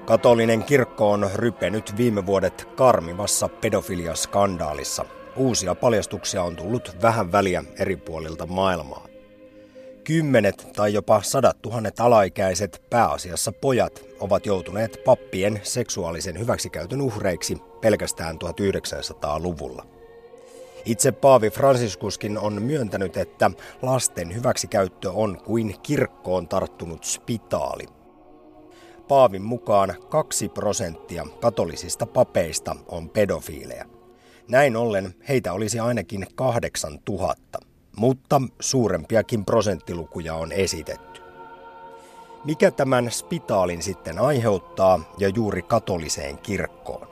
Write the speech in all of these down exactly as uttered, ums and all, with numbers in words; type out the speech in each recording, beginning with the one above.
Katolinen kirkko on rypenyt viime vuodet karmivassa pedofiliaskandaalissa. Uusia paljastuksia on tullut vähän väliä eri puolilta maailmaa. Kymmenet tai jopa sadat tuhannet alaikäiset, pääasiassa pojat, ovat joutuneet pappien seksuaalisen hyväksikäytön uhreiksi pelkästään tuhatyhdeksänsataaluvulla. Itse Paavi Franciscuskin on myöntänyt, että lasten hyväksikäyttö on kuin kirkkoon tarttunut spitaali. Paavin mukaan kaksi prosenttia katolisista papeista on pedofiileja. Näin ollen heitä olisi ainakin kahdeksan tuhatta, mutta suurempiakin prosenttilukuja on esitetty. Mikä tämän spitaalin sitten aiheuttaa ja juuri katoliseen kirkkoon?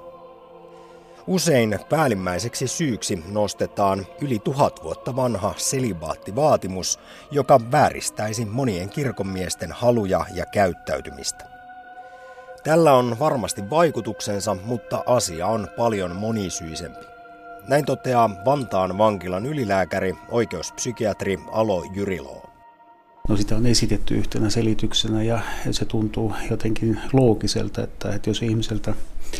Usein päällimmäiseksi syyksi nostetaan yli tuhat vuotta vanha selibaattivaatimus, joka vääristäisi monien kirkonmiesten haluja ja käyttäytymistä. Tällä on varmasti vaikutuksensa, mutta asia on paljon monisyisempi. Näin toteaa Vantaan vankilan ylilääkäri, oikeuspsykiatri Alo Jyriloo. No sitä on esitetty yhtenä selityksenä ja se tuntuu jotenkin loogiselta, että, että jos ihmiseltä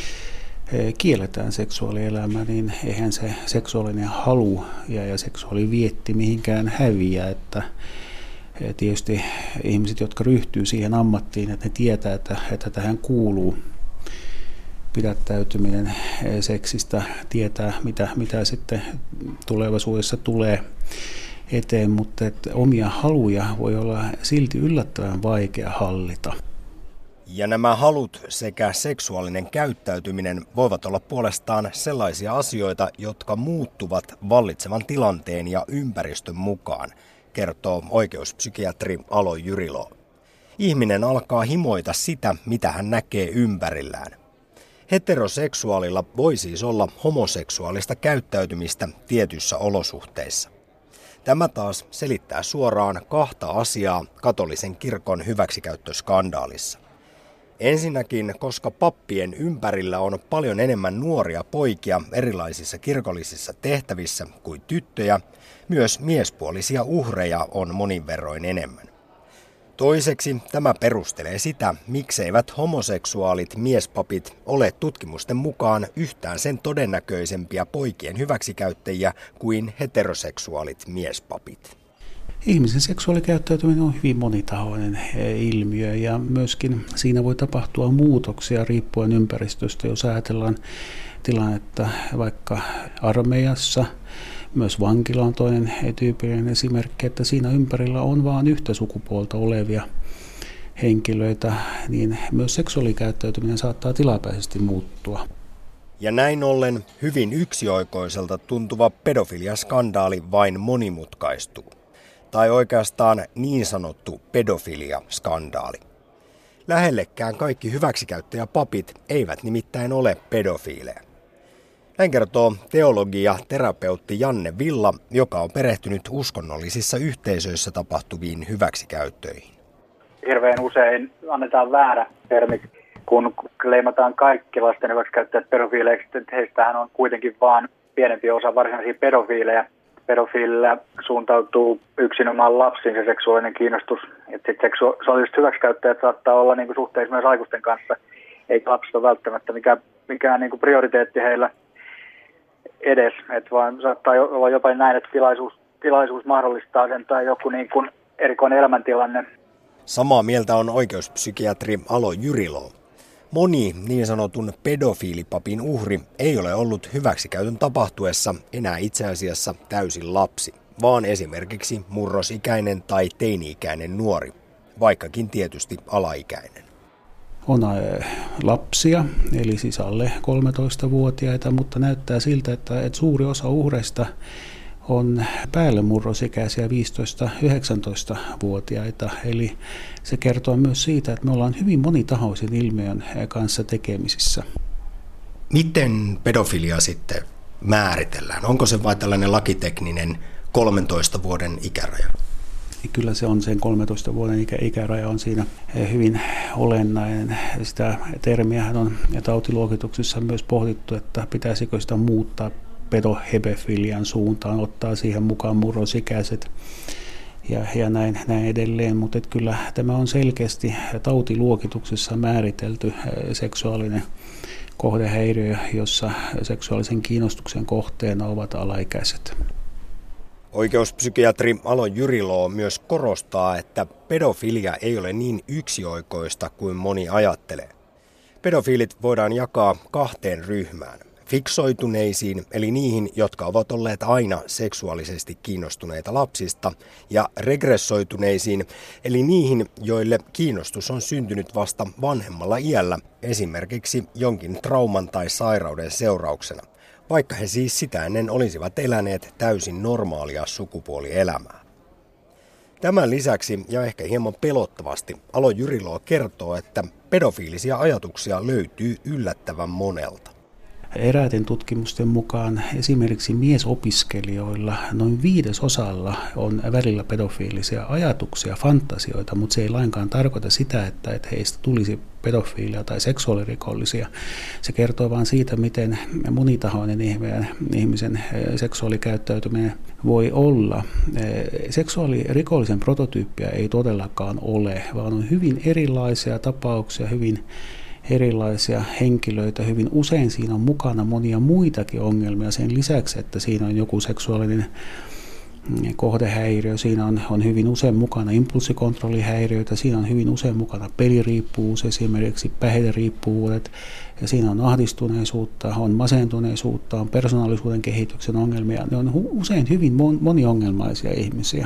kielletään seksuaalielämä, niin eihän se seksuaalinen halu ja, ja seksuaalivietti mihinkään häviä, että tietysti ihmiset, jotka ryhtyy siihen ammattiin, että ne tietää, että, että tähän kuuluu pidättäytyminen seksistä, tietää mitä, mitä sitten tulevaisuudessa tulee eteen, mutta että omia haluja voi olla silti yllättävän vaikea hallita. Ja nämä halut sekä seksuaalinen käyttäytyminen voivat olla puolestaan sellaisia asioita, jotka muuttuvat vallitsevan tilanteen ja ympäristön mukaan, kertoo oikeuspsykiatri Alo Jyriloo. Ihminen alkaa himoita sitä, mitä hän näkee ympärillään. Heteroseksuaalilla voi siis olla homoseksuaalista käyttäytymistä tietyissä olosuhteissa. Tämä taas selittää suoraan kahta asiaa katolisen kirkon hyväksikäyttöskandaalissa. Ensinnäkin, koska pappien ympärillä on paljon enemmän nuoria poikia erilaisissa kirkollisissa tehtävissä kuin tyttöjä, myös miespuolisia uhreja on monin verroin enemmän. Toiseksi tämä perustelee sitä, mikseivät homoseksuaalit miespapit ole tutkimusten mukaan yhtään sen todennäköisempiä poikien hyväksikäyttäjiä kuin heteroseksuaalit miespapit. Ihmisen seksuaalikäyttäytyminen on hyvin monitahoinen ilmiö ja myöskin siinä voi tapahtua muutoksia riippuen ympäristöstä, jos ajatellaan tilannetta vaikka armeijassa. Myös vankila on toinen tyypillinen esimerkki, että siinä ympärillä on vain yhtä sukupuolta olevia henkilöitä, niin myös seksuaalikäyttäytyminen saattaa tilapäisesti muuttua. Ja näin ollen hyvin yksioikoiselta tuntuva pedofiliaskandaali vain monimutkaistuu. Tai oikeastaan niin sanottu pedofiliaskandaali. Lähellekään kaikki hyväksikäyttäjäpapit eivät nimittäin ole pedofiileja. Näin kertoo teologi ja terapeutti Janne Villa, joka on perehtynyt uskonnollisissa yhteisöissä tapahtuviin hyväksikäyttöihin. Hirveän usein annetaan väärä termi, kun leimataan kaikki lasten hyväksikäyttäjät pedofiileiksi. Heistähän on kuitenkin vain pienempi osa varsinaisia pedofiileja. Pedofiilillä suuntautuu yksinomaan lapsiin se seksuaalinen kiinnostus. Seksuaaliset hyväksikäyttäjät saattaa olla niin kuin suhteessa myös aikuisten kanssa, eikä lapset ole välttämättä mikään, mikään niin kuin prioriteetti heillä edes. Et vaan saattaa olla jopa näin, että tilaisuus, tilaisuus mahdollistaa sen tai joku niin kuin erikoinen elämäntilanne. Samaa mieltä on oikeuspsykiatri Alo Jyriloo. Moni niin sanotun pedofiilipapin uhri ei ole ollut hyväksikäytön tapahtuessa enää itse asiassa täysin lapsi, vaan esimerkiksi murrosikäinen tai teini-ikäinen nuori, vaikkakin tietysti alaikäinen. On lapsia, eli siis alle kolmetoistavuotiaita, mutta näyttää siltä, että suuri osa uhreista on päälle murrosikäisiä viisitoista-yhdeksäntoistavuotiaita. Eli se kertoo myös siitä, että me ollaan hyvin monitahoisen ilmiön kanssa tekemisissä. Miten pedofilia sitten määritellään? Onko se vain tällainen lakitekninen kolmentoista vuoden ikäraja? Kyllä se on, sen kolmentoista vuoden ikä, ikäraja on siinä hyvin olennainen. Sitä termiähän on tautiluokituksissa myös pohdittu, että pitäisikö sitä muuttaa pedohebefilian suuntaan, ottaa siihen mukaan murrosikäiset ja, ja näin, näin edelleen, mutta kyllä tämä on selkeästi tautiluokituksessa määritelty seksuaalinen kohdehäiriö, jossa seksuaalisen kiinnostuksen kohteena ovat alaikäiset. Oikeuspsykiatri Alo Jyriloo myös korostaa, että pedofilia ei ole niin yksioikoista kuin moni ajattelee. Pedofiilit voidaan jakaa kahteen ryhmään. Fiksoituneisiin, eli niihin, jotka ovat olleet aina seksuaalisesti kiinnostuneita lapsista, ja regressoituneisiin, eli niihin, joille kiinnostus on syntynyt vasta vanhemmalla iällä, esimerkiksi jonkin trauman tai sairauden seurauksena, vaikka he siis sitä ennen olisivat eläneet täysin normaalia sukupuolielämää. Tämän lisäksi, ja ehkä hieman pelottavasti, Alo Jyriloo kertoo, että pedofiilisia ajatuksia löytyy yllättävän monelta. Eräiden tutkimusten mukaan esimerkiksi miesopiskelijoilla noin viidesosalla on välillä pedofiilisia ajatuksia, fantasioita, mutta se ei lainkaan tarkoita sitä, että heistä tulisi pedofiilia tai seksuaalirikollisia. Se kertoo vain siitä, miten monitahoinen ihmisen seksuaalikäyttäytyminen voi olla. Seksuaalirikollisen prototyyppiä ei todellakaan ole, vaan on hyvin erilaisia tapauksia, hyvin erilaisia henkilöitä. Hyvin usein siinä on mukana monia muitakin ongelmia sen lisäksi, että siinä on joku seksuaalinen kohdehäiriö. Siinä on, on hyvin usein mukana impulssikontrollihäiriöitä, siinä on hyvin usein mukana peliriippuvuus, esimerkiksi päihderiippuvuudet, ja siinä on ahdistuneisuutta, on masentuneisuutta, on persoonallisuuden kehityksen ongelmia. Ne on hu- usein hyvin moniongelmaisia ihmisiä.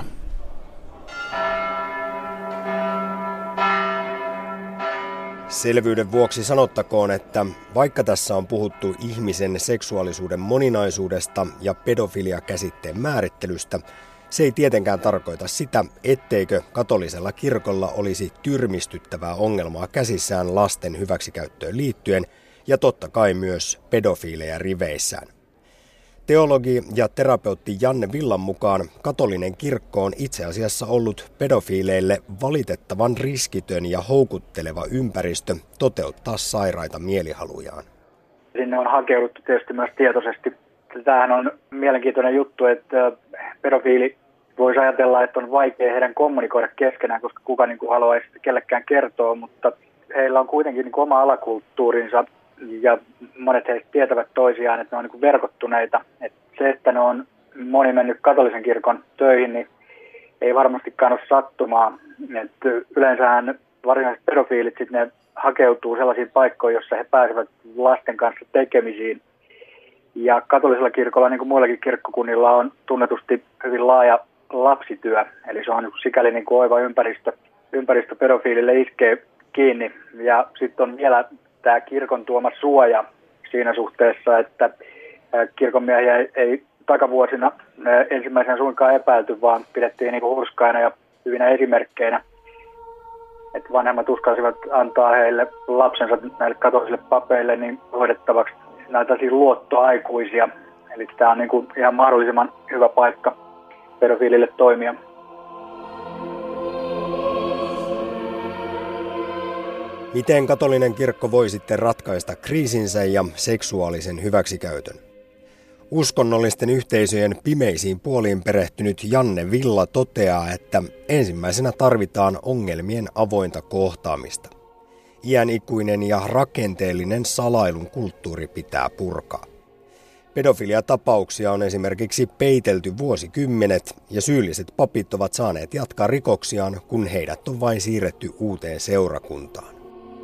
Selvyyden vuoksi sanottakoon, että vaikka tässä on puhuttu ihmisen seksuaalisuuden moninaisuudesta ja pedofilia-käsitteen määrittelystä, se ei tietenkään tarkoita sitä, etteikö katolisella kirkolla olisi tyrmistyttävää ongelmaa käsissään lasten hyväksikäyttöön liittyen ja totta kai myös pedofiileja riveissään. Teologi ja terapeutti Janne Villan mukaan katolinen kirkko on itse asiassa ollut pedofiileille valitettavan riskitön ja houkutteleva ympäristö toteuttaa sairaita mielihalujaan. Sinne on hakeuduttu tietysti myös tietoisesti. Tämähän on mielenkiintoinen juttu, että pedofiili voisi ajatella, että on vaikea heidän kommunikoida keskenään, koska kuka niin kuin haluaisi kellekään kertoa, mutta heillä on kuitenkin niin kuin oma alakulttuurinsa. Ja monet heistä tietävät toisiaan, että ne on niin kuin verkottuneita. Että se, että ne on moni mennyt katolisen kirkon töihin, niin ei varmastikaan ole sattumaa. Että yleensähän varsinaiset pedofiilit sit ne hakeutuu sellaisiin paikkoihin, jossa he pääsevät lasten kanssa tekemisiin. Ja katolisella kirkolla, niin kuin muillakin kirkkokunnilla, on tunnetusti hyvin laaja lapsityö. Eli se on sikäli niin kuin oiva ympäristö, ympäristö pedofiilille iskee kiinni. Ja sitten on vielä tämä kirkon tuoma suoja siinä suhteessa, että kirkonmiehiä ei, ei takavuosina ensimmäisenä suinkaan epäilty, vaan pidettiin niin kuin hurskaina ja hyvinä esimerkkeinä. Että vanhemmat uskalsivat antaa heille lapsensa näille katolisille papeille niin hoidettavaksi näitä siis luottoaikuisia. Eli tämä on niin kuin ihan mahdollisimman hyvä paikka pedofiilille toimia. Miten katolinen kirkko voi sitten ratkaista kriisinsä ja seksuaalisen hyväksikäytön? Uskonnollisten yhteisöjen pimeisiin puoliin perehtynyt Janne Villa toteaa, että ensimmäisenä tarvitaan ongelmien avointa kohtaamista. Iänikuinen ja rakenteellinen salailun kulttuuri pitää purkaa. Pedofiliatapauksia on esimerkiksi peitelty vuosikymmenet ja syylliset papit ovat saaneet jatkaa rikoksiaan, kun heidät on vain siirretty uuteen seurakuntaan.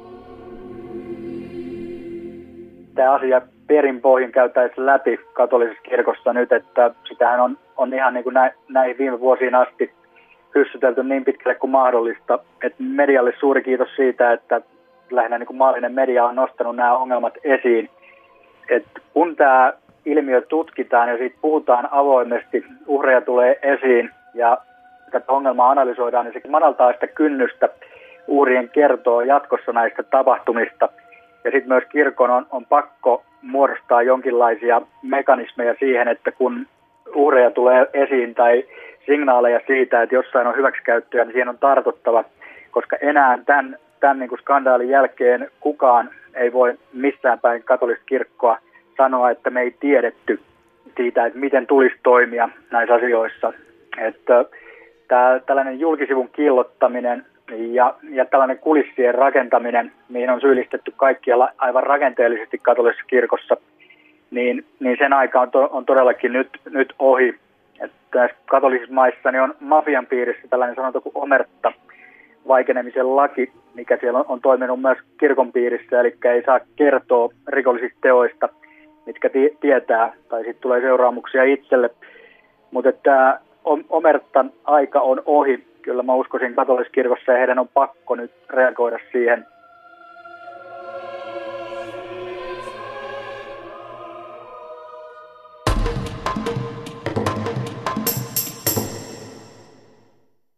Tämä asia perinpohjin käytäisiin läpi katolisessa kirkossa nyt, että sitähän on, on ihan niin kuin näin, näihin viime vuosiin asti hyssytelty niin pitkälle kuin mahdollista. Että medialle suuri kiitos siitä, että lähinnä niin kuin maallinen media on nostanut nämä ongelmat esiin. Että kun tämä ilmiö tutkitaan ja siitä puhutaan avoimesti, uhreja tulee esiin ja tätä ongelmaa analysoidaan, niin se madaltaa sitä kynnystä uhrien kertoo jatkossa näistä tapahtumista. Ja sitten myös kirkon on, on pakko muodostaa jonkinlaisia mekanismeja siihen, että kun uhreja tulee esiin tai signaaleja siitä, että jossain on hyväksikäyttöä, niin siihen on tartuttava, koska enää tämän, tämän niin kuin skandaalin jälkeen kukaan ei voi missään päin katolista kirkkoa sanoa, että me ei tiedetty siitä, että miten tulisi toimia näissä asioissa. Että tämä tällainen julkisivun kiillottaminen ja, ja tällainen kulissien rakentaminen, mihin on syyllistetty kaikkia aivan rakenteellisesti katolisessa kirkossa, niin, niin sen aika on, to, on todellakin nyt, nyt ohi. Että katolisissa maissa niin on mafian piirissä tällainen sanonta kuin omerta, vaikenemisen laki, mikä siellä on, on toiminut myös kirkon piirissä, eli ei saa kertoa rikollisista teoista, mitkä t- tietää, tai sitten tulee seuraamuksia itselle. Mutta tämä omertan aika on ohi. Kyllä mä uskoisin katoliskirkossa, ja heidän on pakko nyt reagoida siihen